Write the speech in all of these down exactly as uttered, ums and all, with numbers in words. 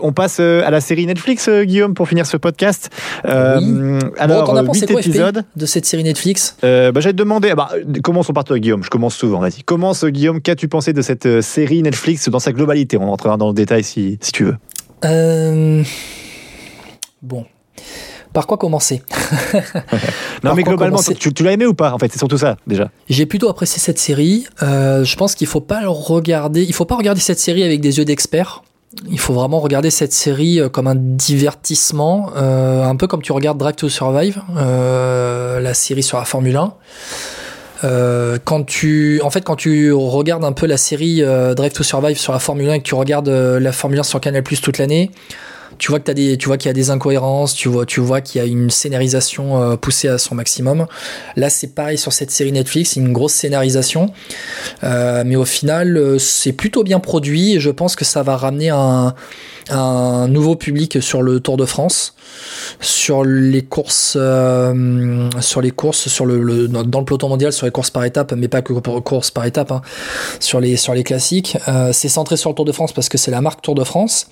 On passe à la série Netflix, Guillaume, pour finir ce podcast. Euh, oui. Alors, bon, t'en as pensé quoi, épisodes F P, de cette série Netflix? euh, bah, J'allais te demander, bah, commençons par toi, Guillaume. Je commence souvent, vas-y. Commence, Guillaume, qu'as-tu pensé de cette série Netflix dans sa globalité? On rentrera dans le détail si, si tu veux. Euh... Bon. Par quoi commencer? Non, mais globalement, commencer tu, tu l'as aimé ou pas? En fait, c'est surtout ça, déjà. J'ai plutôt apprécié cette série. Euh, je pense qu'il faut pas le regarder. Il faut pas regarder cette série avec des yeux d'expert. Il faut vraiment regarder cette série comme un divertissement, euh, un peu comme tu regardes Drive to Survive, euh, la série sur la Formule un. Euh, quand tu, en fait, quand tu regardes un peu la série euh, Drive to Survive sur la Formule un et que tu regardes euh, la Formule un sur Canal+ toute l'année, tu vois que t'as des, tu vois qu'il y a des incohérences, tu vois, tu vois qu'il y a une scénarisation euh, poussée à son maximum. Là, c'est pareil sur cette série Netflix, une grosse scénarisation, euh, mais au final, euh, c'est plutôt bien produit et je pense que ça va ramener un, un nouveau public sur le Tour de France, sur les courses, euh, sur les courses, sur le, le dans le peloton mondial, sur les courses par étapes, mais pas que pour courses par étapes, hein, sur les sur les classiques. Euh, c'est centré sur le Tour de France parce que c'est la marque Tour de France.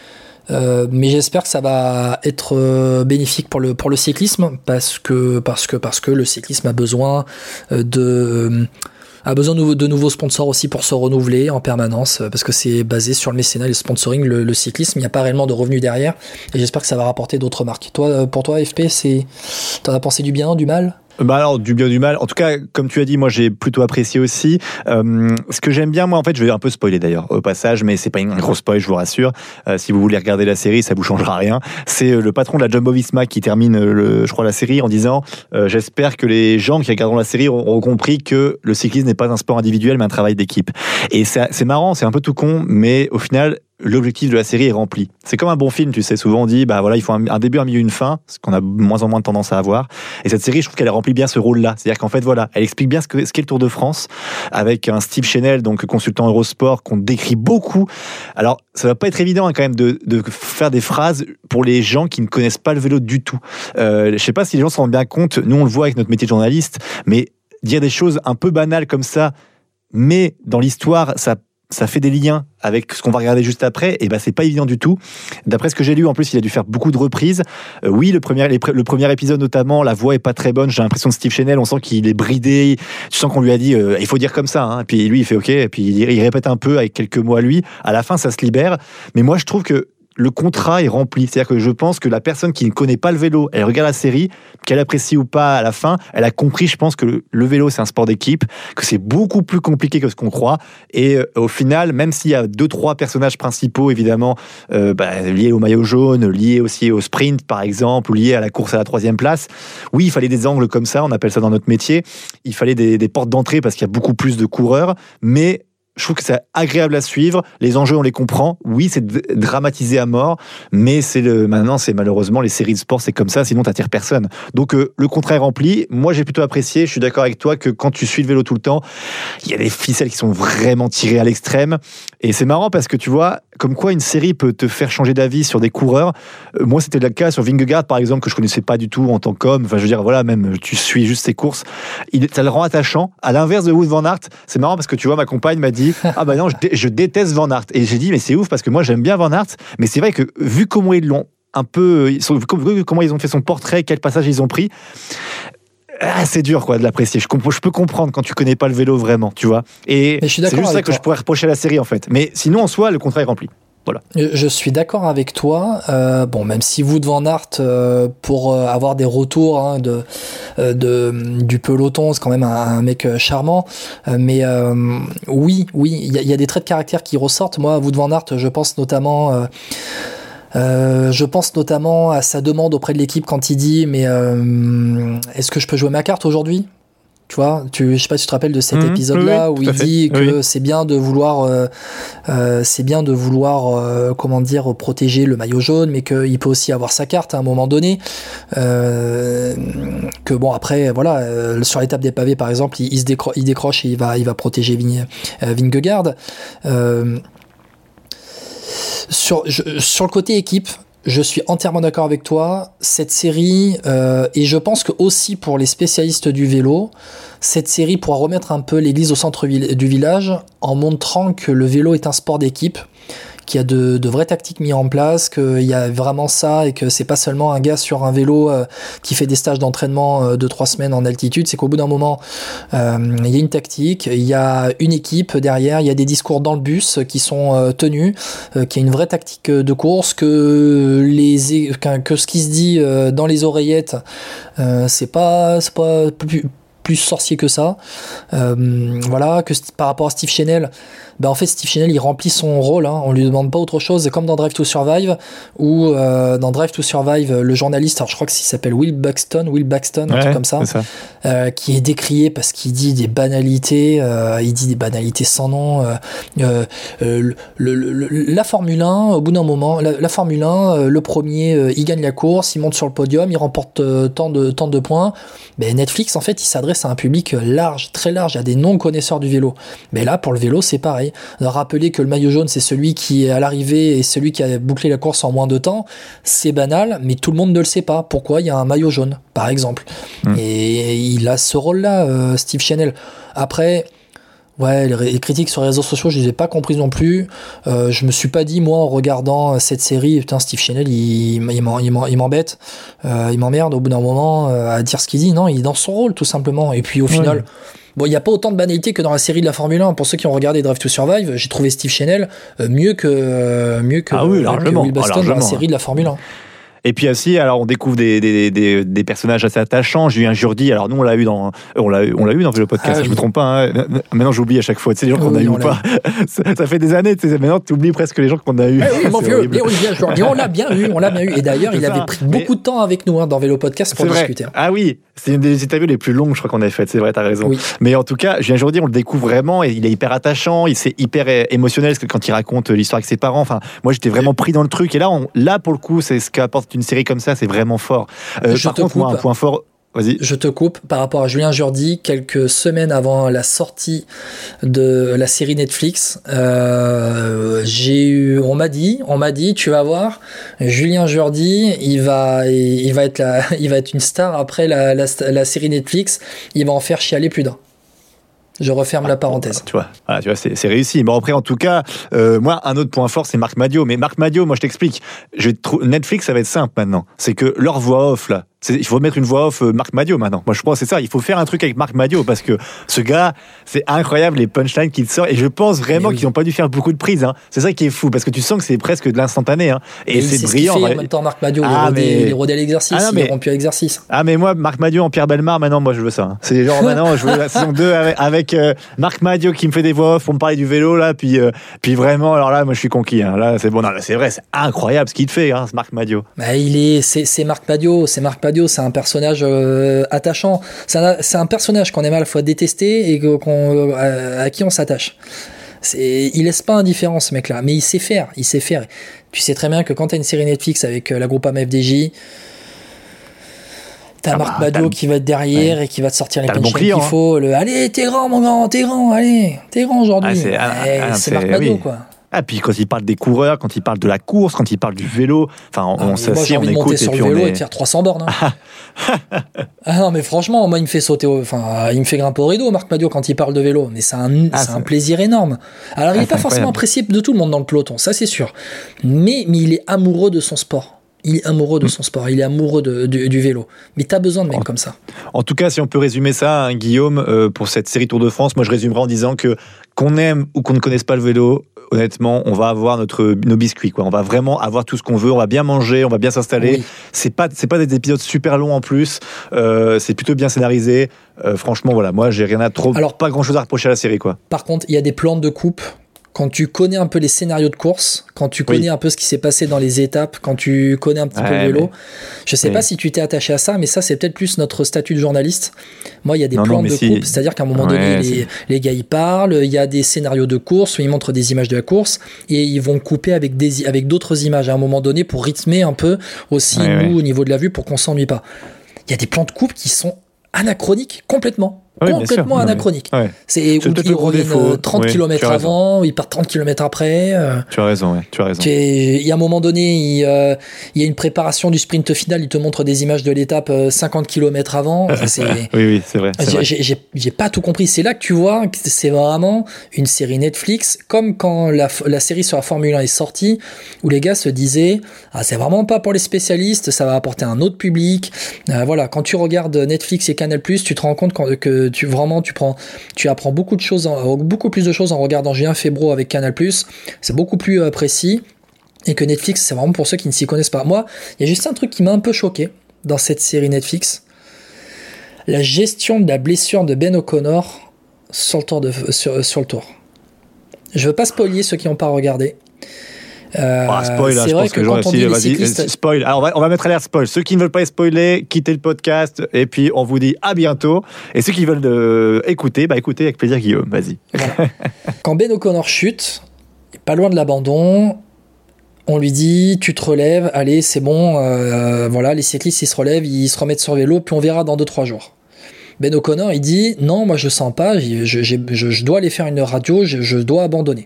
Euh, mais j'espère que ça va être euh, bénéfique pour le pour le cyclisme parce que parce que parce que le cyclisme a besoin euh, de euh, a besoin de, de nouveaux sponsors aussi pour se renouveler en permanence parce que c'est basé sur le mécénat et le sponsoring. Le, le cyclisme, il n'y a pas réellement de revenus derrière et j'espère que ça va rapporter d'autres marques. Toi, pour toi, F P, c'est t'en as pensé du bien, du mal? Bah alors, du bien, du mal. En tout cas, comme tu as dit, moi, j'ai plutôt apprécié aussi. Euh, ce que j'aime bien, moi, en fait, je vais un peu spoiler d'ailleurs au passage, mais c'est pas un gros spoil, je vous rassure. Euh, si vous voulez regarder la série, ça vous changera rien. C'est le patron de la Jumbo-Visma qui termine, le, je crois, la série en disant euh, j'espère que les gens qui regarderont la série auront compris que le cyclisme n'est pas un sport individuel, mais un travail d'équipe. Et c'est, c'est marrant, c'est un peu tout con, mais au final, l'objectif de la série est rempli. C'est comme un bon film, tu sais. Souvent on dit, bah voilà, il faut un, un début, un milieu, une fin, ce qu'on a de moins en moins de tendance à avoir. Et cette série, je trouve qu'elle remplit bien ce rôle-là. C'est-à-dire qu'en fait, voilà, elle explique bien ce, que, ce qu'est le Tour de France, avec un Steve Chenel, donc consultant Eurosport, qu'on décrit beaucoup. Alors, ça va pas être évident hein, quand même de, de faire des phrases pour les gens qui ne connaissent pas le vélo du tout. Euh, je sais pas si les gens se rendent bien compte. Nous, on le voit avec notre métier de journaliste, mais dire des choses un peu banales comme ça, mais dans l'histoire, ça ça fait des liens avec ce qu'on va regarder juste après, et ben c'est pas évident du tout. D'après ce que j'ai lu, en plus, il a dû faire beaucoup de reprises. Euh, oui, le premier, les, le premier épisode notamment, la voix est pas très bonne. J'ai l'impression de Steve Chenel, on sent qu'il est bridé. Tu sens qu'on lui a dit, euh, il faut dire comme ça. Hein. Et puis lui, il fait OK. Et puis il, il répète un peu avec quelques mots à lui. À la fin, ça se libère. Mais moi, je trouve que le contrat est rempli. C'est-à-dire que je pense que la personne qui ne connaît pas le vélo, elle regarde la série, qu'elle apprécie ou pas à la fin, elle a compris, je pense, que le, le vélo, c'est un sport d'équipe, que c'est beaucoup plus compliqué que ce qu'on croit. Et euh, au final, même s'il y a deux, trois personnages principaux, évidemment, euh, bah, liés au maillot jaune, liés aussi au sprint, par exemple, ou liés à la course à la troisième place, oui, il fallait des angles comme ça, on appelle ça dans notre métier. Il fallait des, des portes d'entrée parce qu'il y a beaucoup plus de coureurs, mais je trouve que c'est agréable à suivre. Les enjeux, on les comprend. Oui, c'est d- dramatisé à mort, mais c'est le, maintenant, c'est malheureusement les séries de sport, c'est comme ça, sinon t'attires personne. Donc, euh, le contrat est rempli. Moi, j'ai plutôt apprécié. Je suis d'accord avec toi que quand tu suis le vélo tout le temps, il y a des ficelles qui sont vraiment tirées à l'extrême. Et c'est marrant parce que tu vois, comme quoi une série peut te faire changer d'avis sur des coureurs. Euh, moi, c'était le cas sur Vingegaard, par exemple, que je connaissais pas du tout en tant qu'homme. Enfin, je veux dire, voilà, même tu suis juste ses courses. Il, ça le rend attachant. À l'inverse de Wout van Aert, c'est marrant parce que tu vois, ma compagne m'a dit ah bah non, je, dé- je déteste Van Aert. Et j'ai dit, mais c'est ouf parce que moi j'aime bien Van Aert, mais c'est vrai que vu comment ils l'ont un peu, ils sont, vu comment ils ont fait son portrait, quel passage ils ont pris, ah, c'est dur quoi de l'apprécier. Je, comp- je peux comprendre quand tu connais pas le vélo vraiment, tu vois. Et c'est juste ça que toi. Je pourrais reprocher à la série en fait. Mais sinon en soi, le contrat est rempli. Voilà. Je suis d'accord avec toi. Euh, bon, même si Wout van Aert, euh, pour euh, avoir des retours hein, de, euh, de du peloton, c'est quand même un, un mec charmant. Euh, mais euh, oui, oui, il y, y a des traits de caractère qui ressortent. Moi, Wout van Aert, je pense notamment. Euh, Euh, je pense notamment à sa demande auprès de l'équipe quand il dit mais euh, est-ce que je peux jouer ma carte aujourd'hui ? Tu vois, tu, je sais pas si tu te rappelles de cet mmh, épisode-là oui, où il dit fait. que oui. c'est bien de vouloir, euh, euh, c'est bien de vouloir, euh, comment dire, protéger le maillot jaune, mais qu'il peut aussi avoir sa carte à un moment donné. Euh, que bon après, voilà, euh, sur l'étape des pavés par exemple, il, il se décro- il décroche et il va, il va protéger Ving- euh, Vingegaard. Euh, sur, je, sur le côté équipe. Je suis entièrement d'accord avec toi. Cette série, euh, et je pense que aussi pour les spécialistes du vélo, cette série pourra remettre un peu l'église au centre du village en montrant que le vélo est un sport d'équipe, qu'il y a de, de vraies tactiques mises en place, qu'il y a vraiment ça et que c'est pas seulement un gars sur un vélo euh, qui fait des stages d'entraînement euh, de trois semaines en altitude. C'est qu'au bout d'un moment, euh, il y a une tactique, il y a une équipe derrière, il y a des discours dans le bus qui sont euh, tenus, euh, qu'il y a une vraie tactique de course, que les que, que ce qui se dit euh, dans les oreillettes, euh, c'est pas c'est pas plus, plus sorcier que ça. Euh, voilà, que par rapport à Steve Chenel, ben en fait Steve Chenel il remplit son rôle, hein, on lui demande pas autre chose. C'est comme dans Drive to Survive, où euh, dans Drive to Survive, le journaliste, alors je crois que s'il s'appelle Will Buxton, Will Buxton, un ouais, truc comme ça, ça. Euh, qui est décrié parce qu'il dit des banalités, euh, il dit des banalités sans nom. Euh, euh, le, le, le, la Formule un, au bout d'un moment, la, la Formule un, euh, le premier, euh, il gagne la course, il monte sur le podium, il remporte euh, tant de tant de points. Mais Netflix, en fait, il s'adresse à un public large, très large, à des non-connaisseurs du vélo. Mais là, pour le vélo, c'est pareil. Rappeler que le maillot jaune, c'est celui qui est à l'arrivée et celui qui a bouclé la course en moins de temps, c'est banal, mais tout le monde ne le sait pas. Pourquoi il y a un maillot jaune, par exemple. Mmh. Et il a ce rôle-là, euh, Steve Chenel. Après, ouais, les, les critiques sur les réseaux sociaux, je les ai pas comprises non plus. Euh, je me suis pas dit, moi, en regardant cette série, putain, Steve Chenel, il, il, il m'embête, euh, il m'emmerde au bout d'un moment euh, à dire ce qu'il dit. Non, il est dans son rôle, tout simplement. Et puis, au ouais. final... Bon, il n'y a pas autant de banalité que dans la série de la Formule un. Pour ceux qui ont regardé Drive to Survive, j'ai trouvé Steve Chenel euh, mieux que, euh, mieux que, ah oui, euh, que Will Buxton ah, dans la série de la Formule un. Et puis aussi, alors on découvre des, des, des, des personnages assez attachants. Julien Jourdi, alors nous on l'a eu dans, on l'a, on l'a eu dans le podcast. Ah, oui. Je me trompe pas. Hein. Maintenant j'oublie à chaque fois. Tu sais les gens qu'on oui, a eu ou pas. Ça, ça fait des années. Tu sais, maintenant tu oublies presque les gens qu'on a eu. Eh oui, mon vieux, Julien Jourdi, on l'a bien eu, on l'a bien eu. Et d'ailleurs, c'est il ça. avait pris mais... beaucoup de temps avec nous hein, dans Vélo Podcast pour discuter. Ah oui, c'est une des interviews les plus longues, je crois qu'on a faites. C'est vrai, t'as raison. Oui. Mais en tout cas, Julien Jourdi, on le découvre vraiment et il est hyper attachant. Il c'est hyper émotionnel parce que quand il raconte l'histoire avec ses parents. Enfin, moi j'étais vraiment pris dans le truc. Et là, on, là pour le coup, c'est ce qu'apporte une série comme ça. C'est vraiment fort. Euh, par contre, moi, un point fort. Vas-y. Je te coupe par rapport à Julien Jourdi. Quelques semaines avant la sortie de la série Netflix, euh, j'ai eu, on m'a dit, on m'a dit, tu vas voir, Julien Jourdi, il va, il va être la, il va être une star après la, la, la série Netflix. Il va en faire chialer plus d'un. Je referme ah, la parenthèse. Tu vois, voilà, tu vois c'est, c'est réussi. Bon, après, en tout cas, euh, moi, un autre point fort, c'est Marc Madiot. Mais Marc Madiot, moi, je t'explique. Je trou... Netflix, ça va être simple maintenant. C'est que leur voix off, là, c'est, il faut mettre une voix off euh, Marc Madiot maintenant. Moi, je pense que c'est ça. Il faut faire un truc avec Marc Madiot parce que ce gars, c'est incroyable les punchlines qu'il sort. Et je pense vraiment oui. qu'ils n'ont pas dû faire beaucoup de prises. Hein. C'est ça qui est fou parce que tu sens que c'est presque de l'instantané. Hein. Et, et c'est, c'est brillant. Ce qu'il fait, en même temps, Marc Madiot, ah, il, mais... il est rodé à l'exercice, ah, non, mais... il est rompu à l'exercice. Ah, mais moi, Marc Madiot en Pierre Bellemare, maintenant, moi, je veux ça. Hein. C'est genre maintenant, je veux la saison deux avec, avec euh, Marc Madiot qui me fait des voix off pour me parler du vélo là, puis euh, puis vraiment alors là moi je suis conquis hein. Là c'est bon, non, là, c'est vrai, c'est incroyable ce qu'il te fait hein, ce Marc Madiot. Bah, il est c'est c'est Marc Madiot, c'est Marc Madiot, c'est un personnage euh, attachant, c'est un, c'est un personnage qu'on aime à la fois détester et qu'on euh, à qui on s'attache. C'est, il laisse pas indifférent ce mec là, mais il sait faire, il sait faire. Tu sais très bien que quand t'as une série Netflix avec euh, la Groupama F D J, t'as ah Marc bah, Madiot qui va être derrière ouais. et qui va te sortir les punchlines bon qu'il faut. Hein. Le, allez, t'es grand, mon grand, t'es grand, allez, t'es grand aujourd'hui. Ah, c'est, ah, eh, ah, c'est, c'est Marc Madiot, oui. quoi. Ah, puis quand il parle des coureurs, quand il parle de la course, quand il parle du vélo, enfin, on, ah, on s'assied, on écoute et puis on est... Moi, j'ai envie de monter sur le vélo et de faire trois cents bornes. Hein. Ah non, mais franchement, moi, il me fait sauter, au... enfin, il me fait grimper au rideau, Marc Madiot, quand il parle de vélo. Mais c'est un, ah, c'est, c'est un plaisir énorme. Alors, il n'est ah, pas forcément apprécié de tout le monde dans le peloton, ça, c'est sûr. Mais, mais il est amoureux de son sport. Il est amoureux de son sport, il est amoureux de, du, du vélo. Mais t'as besoin de mecs en, comme ça. En tout cas, si on peut résumer ça, hein, Guillaume, euh, pour cette série Tour de France, moi je résumerai en disant que qu'on aime ou qu'on ne connaisse pas le vélo, honnêtement, on va avoir notre, nos biscuits, quoi. On va vraiment avoir tout ce qu'on veut, on va bien manger, on va bien s'installer. Oui. C'est pas, c'est pas des épisodes super longs en plus, euh, c'est plutôt bien scénarisé. Euh, franchement, voilà, moi j'ai rien à trop, alors pas grand chose à reprocher à la série, quoi. Par contre, il y a des plans de coupe. Quand tu connais un peu les scénarios de course, quand tu connais oui. un peu ce qui s'est passé dans les étapes, quand tu connais un petit ouais, peu le vélo, mais... je sais oui. pas si tu t'es attaché à ça, mais ça c'est peut-être plus notre statut de journaliste. Moi il y a des non, plans non, de si... coupe, c'est-à-dire qu'à un moment ouais, donné les, les gars ils parlent, il y a des scénarios de course où ils montrent des images de la course et ils vont couper avec, des, avec d'autres images à un moment donné pour rythmer un peu aussi ouais, nous ouais. au niveau de la vue pour qu'on s'ennuie pas. Il y a des plans de coupe qui sont anachroniques complètement. Oui, complètement anachronique. Ouais. C'est où ils reviennent trente oui, kilomètres avant, ils partent trente kilomètres après. Euh, tu as raison, ouais, tu as raison. Il y a un moment donné, il, euh, il y a une préparation du sprint final, il te montre des images de l'étape cinquante kilomètres avant. Enfin, c'est, oui, oui, c'est vrai. C'est j'ai, vrai. J'ai, j'ai, j'ai pas tout compris. C'est là que tu vois que c'est vraiment une série Netflix, comme quand la, la série sur la Formule un est sortie, où les gars se disaient ah, c'est vraiment pas pour les spécialistes, ça va apporter un autre public. Euh, voilà, quand tu regardes Netflix et Canal+, tu te rends compte que, que tu vraiment tu prends, tu apprends beaucoup de choses, en, beaucoup plus de choses en regardant Julien Febvre avec Canal+. C'est beaucoup plus euh, précis, et que Netflix, c'est vraiment pour ceux qui ne s'y connaissent pas. Moi, il y a juste un truc qui m'a un peu choqué dans cette série Netflix, la gestion de la blessure de Ben O'Connor sur le tour de, sur, sur le tour. Je veux pas spoiler ceux qui n'ont pas regardé. Euh, oh, spoil, là, c'est je vrai pense que, que quand on dit les cyclistes... spoil. Alors on va, on va mettre alerte spoil. Ceux qui ne veulent pas spoiler, quittez le podcast et puis on vous dit à bientôt. Et ceux qui veulent euh, écouter, bah écoutez avec plaisir Guillaume, vas-y. Voilà. Quand Ben O'Connor chute, pas loin de l'abandon, on lui dit tu te relèves, allez c'est bon, euh, voilà, les cyclistes ils se relèvent, ils se remettent sur vélo, puis on verra dans deux trois jours. Ben O'Connor il dit non, moi je sens pas, je, je, je, je dois aller faire une radio, je, je dois abandonner.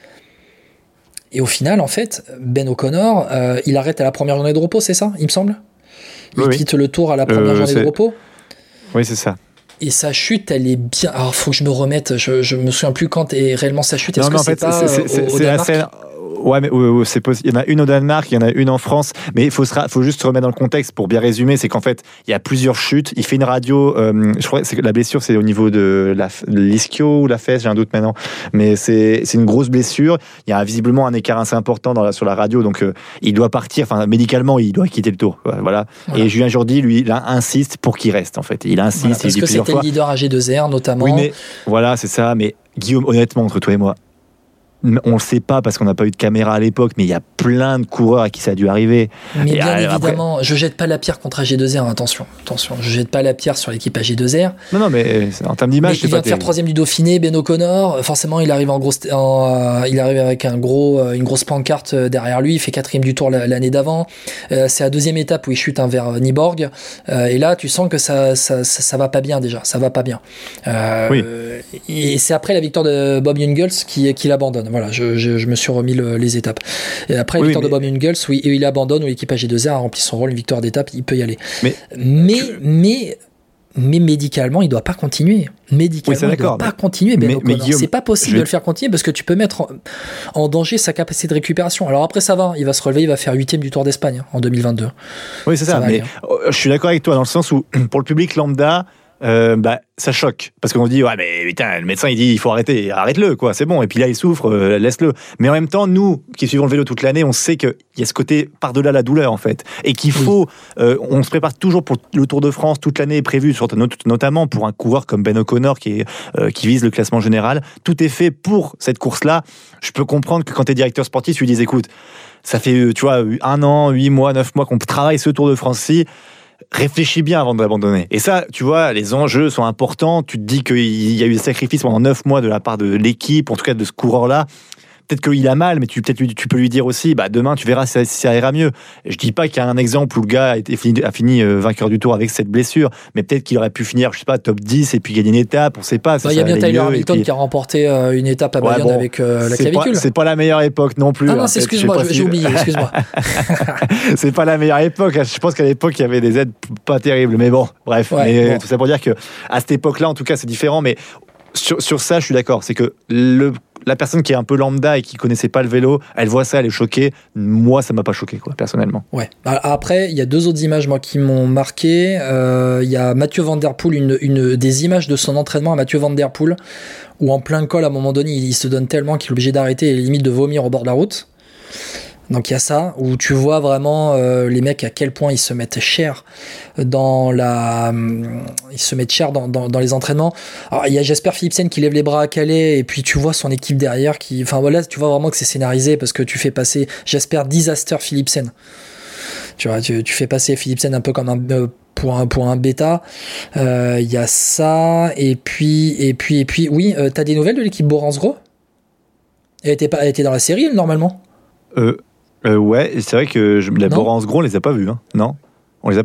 Et au final, en fait, Ben O'Connor, euh, il arrête à la première journée de repos, c'est ça, il me semble. Il oui, quitte oui. le Tour à la première euh, journée c'est... de repos. Oui, c'est ça. Et sa chute, elle est bien. Alors, faut que je me remette. Je, je me souviens plus quand est réellement sa chute. Est-ce non, que en c'est fait, pas c'est, c'est, au, c'est, au c'est Danemark? la scène. Ouais, mais ouais, c'est possible. Il y en a une au Danemark, il y en a une en France. Mais il faut, se ra... faut juste se remettre dans le contexte pour bien résumer. C'est qu'en fait, il y a plusieurs chutes. Il fait une radio. Euh, je crois que c'est... la blessure, c'est au niveau de, la... de l'ischio ou la fesse, j'ai un doute maintenant. Mais c'est, c'est une grosse blessure. Il y a visiblement un écart assez important dans la... sur la radio. Donc, euh, il doit partir. Enfin, médicalement, il doit quitter le Tour. Voilà. voilà. Et Julien Jourdi, lui, il insiste pour qu'il reste, en fait. Il insiste. Voilà, parce il dit que c'était fois. le leader à G deux R, notamment. Oui, mais voilà, c'est ça. Mais Guillaume, honnêtement, entre toi et moi, on le sait pas parce qu'on n'a pas eu de caméra à l'époque, mais il y a plein de coureurs à qui ça a dû arriver. Mais et bien après... évidemment, je jette pas la pierre contre A G deux R, attention, attention, je jette pas la pierre sur l'équipe A G deux R. Non, non, mais en termes d'image, mais c'est il pas vient de faire troisième du Dauphiné, Ben O'Connor. Forcément, il arrive en gros, en, il arrive avec un gros, une grosse pancarte derrière lui. Il fait quatrième du Tour l'année d'avant. Euh, c'est la deuxième étape où il chute hein, vers Nyborg. Euh, et là, tu sens que ça, ça, ça, ça va pas bien déjà. Ça va pas bien. Euh, oui. Et c'est après la victoire de Bob Jungels qui, qui l'abandonne. Voilà, je, je, je me suis remis le, les étapes. Et après la oui, victoire mais... de Bob Jungels, oui, et il abandonne, où l'équipe A G deux R a rempli son rôle, une victoire d'étape, il peut y aller. Mais, mais, tu... mais, mais médicalement, il doit pas continuer. Médicalement, oui, il doit pas continuer. Ben mais, mais Guillaume, c'est pas possible vais... de le faire continuer parce que tu peux mettre en, en danger sa capacité de récupération. Alors après, ça va, il va se relever, il va faire huitième du Tour d'Espagne en deux mille vingt-deux. Oui, c'est ça. ça mais aller, hein. Je suis d'accord avec toi dans le sens où, pour le public lambda, Euh, bah, ça choque parce qu'on dit ouais mais putain le médecin il dit il faut arrêter, arrête-le quoi, c'est bon, et puis là il souffre, euh, laisse-le. Mais en même temps nous qui suivons le vélo toute l'année, on sait qu'il y a ce côté par-delà la douleur en fait, et qu'il faut oui. euh, on se prépare toujours pour le Tour de France, toute l'année est prévue, notamment pour un coureur comme Ben O'Connor qui, est, euh, qui vise le classement général. Tout est fait pour cette course-là. Je peux comprendre que quand tu es directeur sportif, tu lui dis écoute, ça fait tu vois un an, huit mois, neuf mois qu'on travaille ce Tour de France-ci, réfléchis bien avant d'abandonner. Et ça, tu vois, les enjeux sont importants. Tu te dis qu'il y a eu des sacrifices pendant neuf mois de la part de l'équipe, en tout cas de ce coureur-là. Peut-être qu'il a mal, mais tu, peut-être, tu peux lui dire aussi, bah, demain, tu verras si ça, si ça ira mieux. Je dis pas qu'il y a un exemple où le gars a, été fini, a fini euh, vainqueur du Tour avec cette blessure, mais peut-être qu'il aurait pu finir, je sais pas, top dix et puis gagner une étape, on sait pas. Il bah, y a bien Tyler Hamilton puis... qui a remporté euh, une étape à Bayonne ouais, bon, avec euh, la c'est clavicule. Pas, c'est pas la meilleure époque non plus. Ah non, c'est, excuse-moi, j'ai si... oublié, excuse-moi. C'est pas la meilleure époque. Je pense qu'à l'époque, il y avait des aides pas terribles, mais bon, bref. Ouais, mais, bon. Tout ça pour dire que à cette époque-là, en tout cas, c'est différent, mais sur, sur ça, je suis d'accord. C'est que le la personne qui est un peu lambda et qui connaissait pas le vélo, elle voit ça, elle est choquée. Moi, ça m'a pas choqué, quoi, personnellement. Ouais. Après, il y a deux autres images, moi, qui m'ont marqué. Euh, il y a Mathieu Van Der Poel, une, une des images de son entraînement à Mathieu Van Der Poel, où en plein col, à un moment donné, il, il se donne tellement qu'il est obligé d'arrêter et limite de vomir au bord de la route. Donc il y a ça, où tu vois vraiment euh, les mecs à quel point ils se mettent cher dans la, euh, ils se mettent cher dans, dans, dans les entraînements. Alors il y a Jasper Philipsen qui lève les bras à Calais, et puis tu vois son équipe derrière qui, enfin voilà, tu vois vraiment que c'est scénarisé parce que tu fais passer Jasper Disaster Philipsen. Tu vois, tu, tu fais passer Philipsen un peu comme un euh, pour un pour un bêta. Il euh, y a ça, et puis et puis et puis oui, euh, t'as des nouvelles de l'équipe Borans-Gros ? Elle était pas, elle était dans la série elle, normalement. Euh. Euh, ouais, c'est vrai que je, la Borans-Gros, on les a pas vus, hein. Non, on les a pas vus.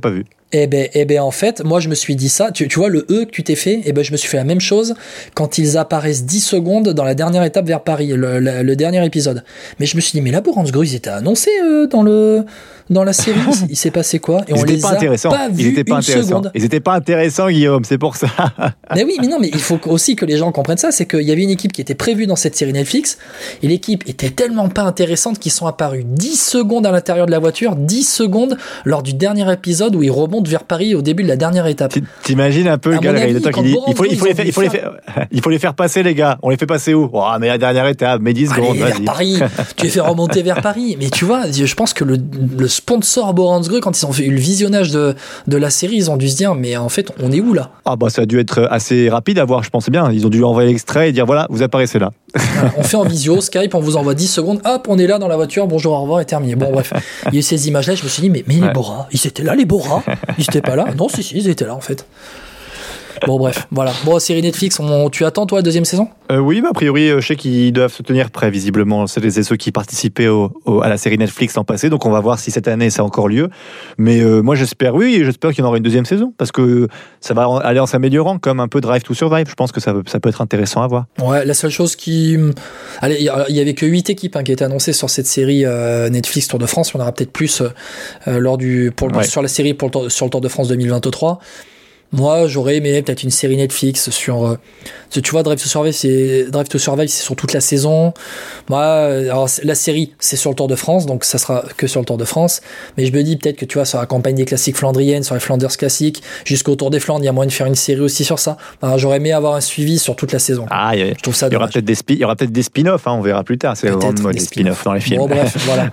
Eh ben, eh ben, en fait, moi, je me suis dit ça. Tu, tu vois, le E que tu t'es fait, eh ben, je me suis fait la même chose quand ils apparaissent dix secondes dans la dernière étape vers Paris, le, le, le dernier épisode. Mais je me suis dit, mais là, Boransgru, ils étaient annoncés euh, dans le dans la série. Il s'est passé quoi? Et on les pas a pas vus ils étaient pas une intéressants. Seconde. Ils étaient pas intéressants, Guillaume. C'est pour ça. Mais oui, mais non, mais il faut aussi que les gens comprennent ça. C'est qu'il y avait une équipe qui était prévue dans cette série Netflix, et l'équipe était tellement pas intéressante qu'ils sont apparus dix secondes à l'intérieur de la voiture, dix secondes lors du dernier épisode où ils remontent vers Paris au début de la dernière étape. T'imagines un peu le gars, le réalisateur qui dit il faut, il, faut les faire, il, faut les faire, il faut les faire passer, les gars. On les fait passer où? Oh, mais la dernière étape, mais dix secondes, vas-y. Vers Paris. Tu les fais remonter vers Paris. Mais tu vois, je pense que le, le sponsor Boransgru, quand ils ont fait eu le visionnage de, de la série, ils ont dû se dire, mais en fait, on est où là? Ah bah ça a dû être assez rapide à voir, je pense bien. Ils ont dû envoyer l'extrait et dire voilà, vous apparaissez là. Voilà, on fait en visio, Skype, on vous envoie dix secondes, hop, on est là dans la voiture, bonjour, au revoir et terminé. Bon bref, il y a eu ces images-là, je me suis dit, mais, mais ouais. Les Boras, ils étaient là les Boras? Ils étaient pas là? Non, si, si, ils étaient là en fait. Bon bref, voilà. Bon, série Netflix, on, tu attends toi la deuxième saison? euh, Oui, bah, a priori, je sais qu'ils doivent se tenir prêts visiblement. C'est ceux qui participaient au, au, à la série Netflix l'an passé, donc on va voir si cette année ça a encore lieu. Mais euh, moi j'espère, oui, j'espère qu'il y en aura une deuxième saison, parce que ça va aller en s'améliorant, comme un peu Drive to Survive. Je pense que ça, ça peut être intéressant à voir. Ouais, la seule chose qui... Allez, il y avait que huit équipes hein, qui étaient annoncées sur cette série euh, Netflix Tour de France. Il y en aura peut-être plus euh, lors du, pour le, ouais. sur la série pour le, sur le Tour de France deux mille vingt-trois. Moi, j'aurais aimé peut-être une série Netflix sur, euh, tu vois, Drive to Survive, c'est Drive to Survive, c'est sur toute la saison. Moi, alors la série, c'est sur le Tour de France, donc ça sera que sur le Tour de France. Mais je me dis peut-être que tu vois, sur la campagne des classiques flandriennes, sur les Flanders classiques, jusqu'au Tour des Flandres, il y a moyen de faire une série aussi sur ça. Alors, j'aurais aimé avoir un suivi sur toute la saison. Ah, y a, je trouve ça. Il y aura peut-être des, spi- il y aura peut-être des spin-offs, hein, on verra plus tard. C'est vraiment le mode des spin-offs dans les films. Bon, bref, voilà.